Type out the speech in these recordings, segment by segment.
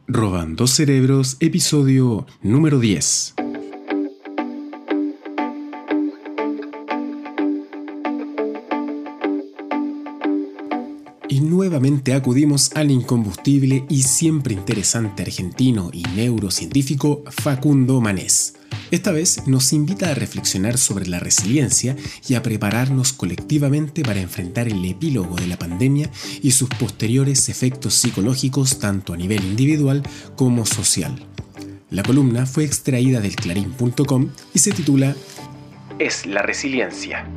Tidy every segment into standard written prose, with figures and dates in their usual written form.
Robando Cerebros, episodio número 10. Y nuevamente acudimos al incombustible y siempre interesante argentino y neurocientífico Facundo Manés. Esta vez nos invita a reflexionar sobre la resiliencia y a prepararnos colectivamente para enfrentar el epílogo de la pandemia y sus posteriores efectos psicológicos tanto a nivel individual como social. La columna fue extraída del clarín.com y se titula ¿Es la resiliencia?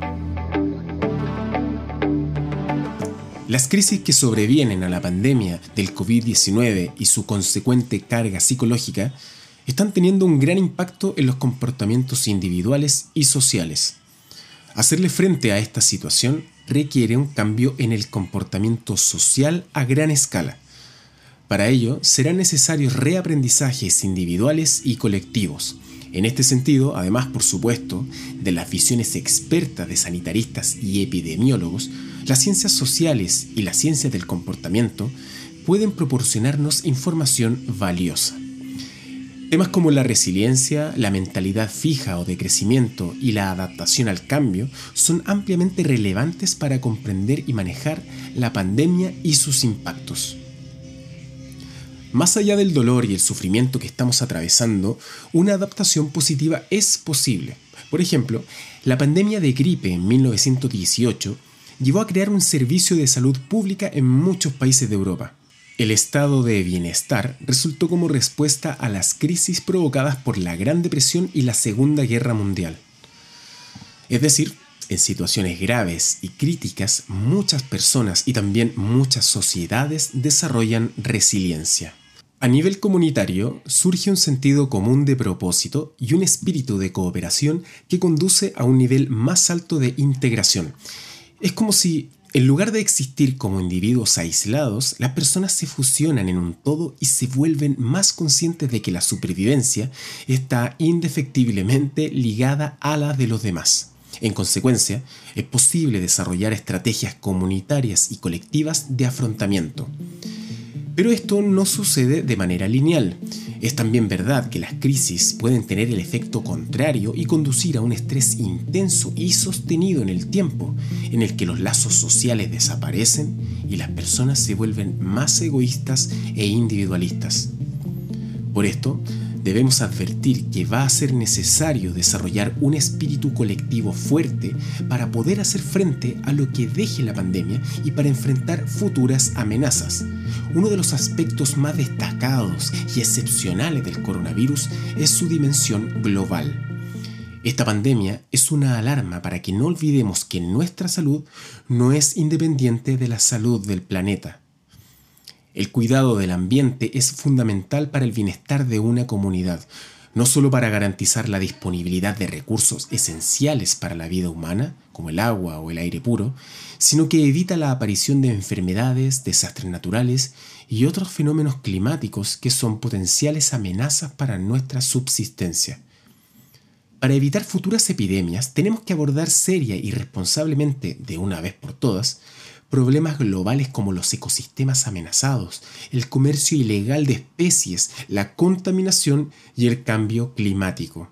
Las crisis que sobrevienen a la pandemia del COVID-19 y su consecuente carga psicológica están teniendo un gran impacto en los comportamientos individuales y sociales. Hacerle frente a esta situación requiere un cambio en el comportamiento social a gran escala. Para ello, serán necesarios reaprendizajes individuales y colectivos. En este sentido, además, por supuesto, de las visiones expertas de sanitaristas y epidemiólogos, las ciencias sociales y las ciencias del comportamiento pueden proporcionarnos información valiosa. Temas como la resiliencia, la mentalidad fija o de crecimiento y la adaptación al cambio son ampliamente relevantes para comprender y manejar la pandemia y sus impactos. Más allá del dolor y el sufrimiento que estamos atravesando, una adaptación positiva es posible. Por ejemplo, la pandemia de gripe en 1918 llevó a crear un servicio de salud pública en muchos países de Europa. El estado de bienestar resultó como respuesta a las crisis provocadas por la Gran Depresión y la Segunda Guerra Mundial. Es decir, en situaciones graves y críticas, muchas personas y también muchas sociedades desarrollan resiliencia. A nivel comunitario, surge un sentido común de propósito y un espíritu de cooperación que conduce a un nivel más alto de integración. Es como si, en lugar de existir como individuos aislados, las personas se fusionan en un todo y se vuelven más conscientes de que la supervivencia está indefectiblemente ligada a la de los demás. En consecuencia, es posible desarrollar estrategias comunitarias y colectivas de afrontamiento. Pero esto no sucede de manera lineal. Es también verdad que las crisis pueden tener el efecto contrario y conducir a un estrés intenso y sostenido en el tiempo, en el que los lazos sociales desaparecen y las personas se vuelven más egoístas e individualistas. Por esto, debemos advertir que va a ser necesario desarrollar un espíritu colectivo fuerte para poder hacer frente a lo que deje la pandemia y para enfrentar futuras amenazas. Uno de los aspectos más destacados y excepcionales del coronavirus es su dimensión global. Esta pandemia es una alarma para que no olvidemos que nuestra salud no es independiente de la salud del planeta. El cuidado del ambiente es fundamental para el bienestar de una comunidad, no solo para garantizar la disponibilidad de recursos esenciales para la vida humana, como el agua o el aire puro, sino que evita la aparición de enfermedades, desastres naturales y otros fenómenos climáticos que son potenciales amenazas para nuestra subsistencia. Para evitar futuras epidemias, tenemos que abordar seria y responsablemente, de una vez por todas, problemas globales como los ecosistemas amenazados, el comercio ilegal de especies, la contaminación y el cambio climático.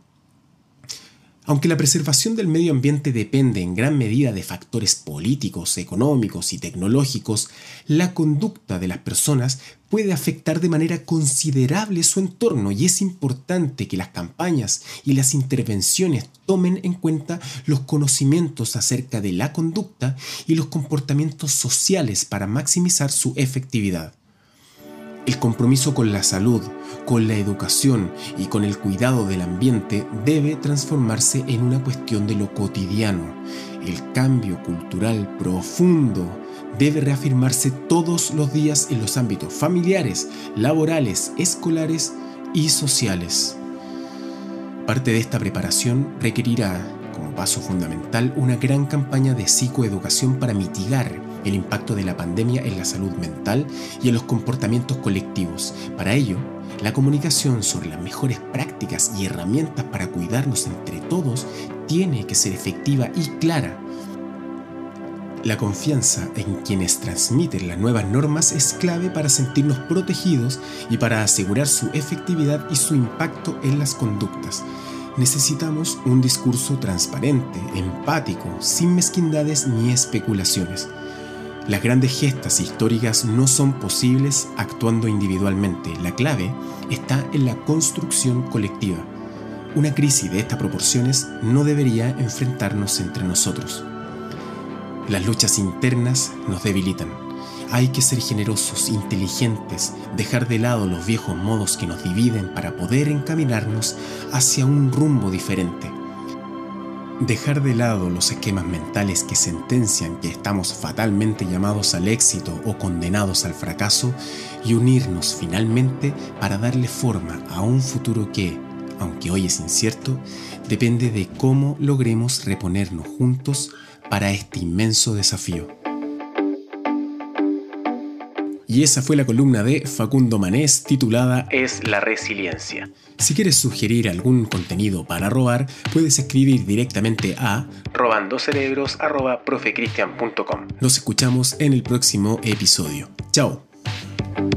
Aunque la preservación del medio ambiente depende en gran medida de factores políticos, económicos y tecnológicos, la conducta de las personas puede afectar de manera considerable su entorno y es importante que las campañas y las intervenciones tomen en cuenta los conocimientos acerca de la conducta y los comportamientos sociales para maximizar su efectividad. El compromiso con la salud, con la educación y con el cuidado del ambiente debe transformarse en una cuestión de lo cotidiano. El cambio cultural profundo debe reafirmarse todos los días en los ámbitos familiares, laborales, escolares y sociales. Parte de esta preparación requerirá, como paso fundamental, una gran campaña de psicoeducación para mitigar el impacto de la pandemia en la salud mental y en los comportamientos colectivos. Para ello, la comunicación sobre las mejores prácticas y herramientas para cuidarnos entre todos tiene que ser efectiva y clara. La confianza en quienes transmiten las nuevas normas es clave para sentirnos protegidos y para asegurar su efectividad y su impacto en las conductas. Necesitamos un discurso transparente, empático, sin mezquindades ni especulaciones. Las grandes gestas históricas no son posibles actuando individualmente. La clave está en la construcción colectiva. Una crisis de estas proporciones no debería enfrentarnos entre nosotros. Las luchas internas nos debilitan. Hay que ser generosos, inteligentes, dejar de lado los viejos modos que nos dividen para poder encaminarnos hacia un rumbo diferente. Dejar de lado los esquemas mentales que sentencian que estamos fatalmente llamados al éxito o condenados al fracaso y unirnos finalmente para darle forma a un futuro que, aunque hoy es incierto, depende de cómo logremos reponernos juntos para este inmenso desafío. Y esa fue la columna de Facundo Manés titulada Es la resiliencia. Si quieres sugerir algún contenido para robar, puedes escribir directamente a robandocerebros@profecristian.com. Nos escuchamos en el próximo episodio. ¡Chao!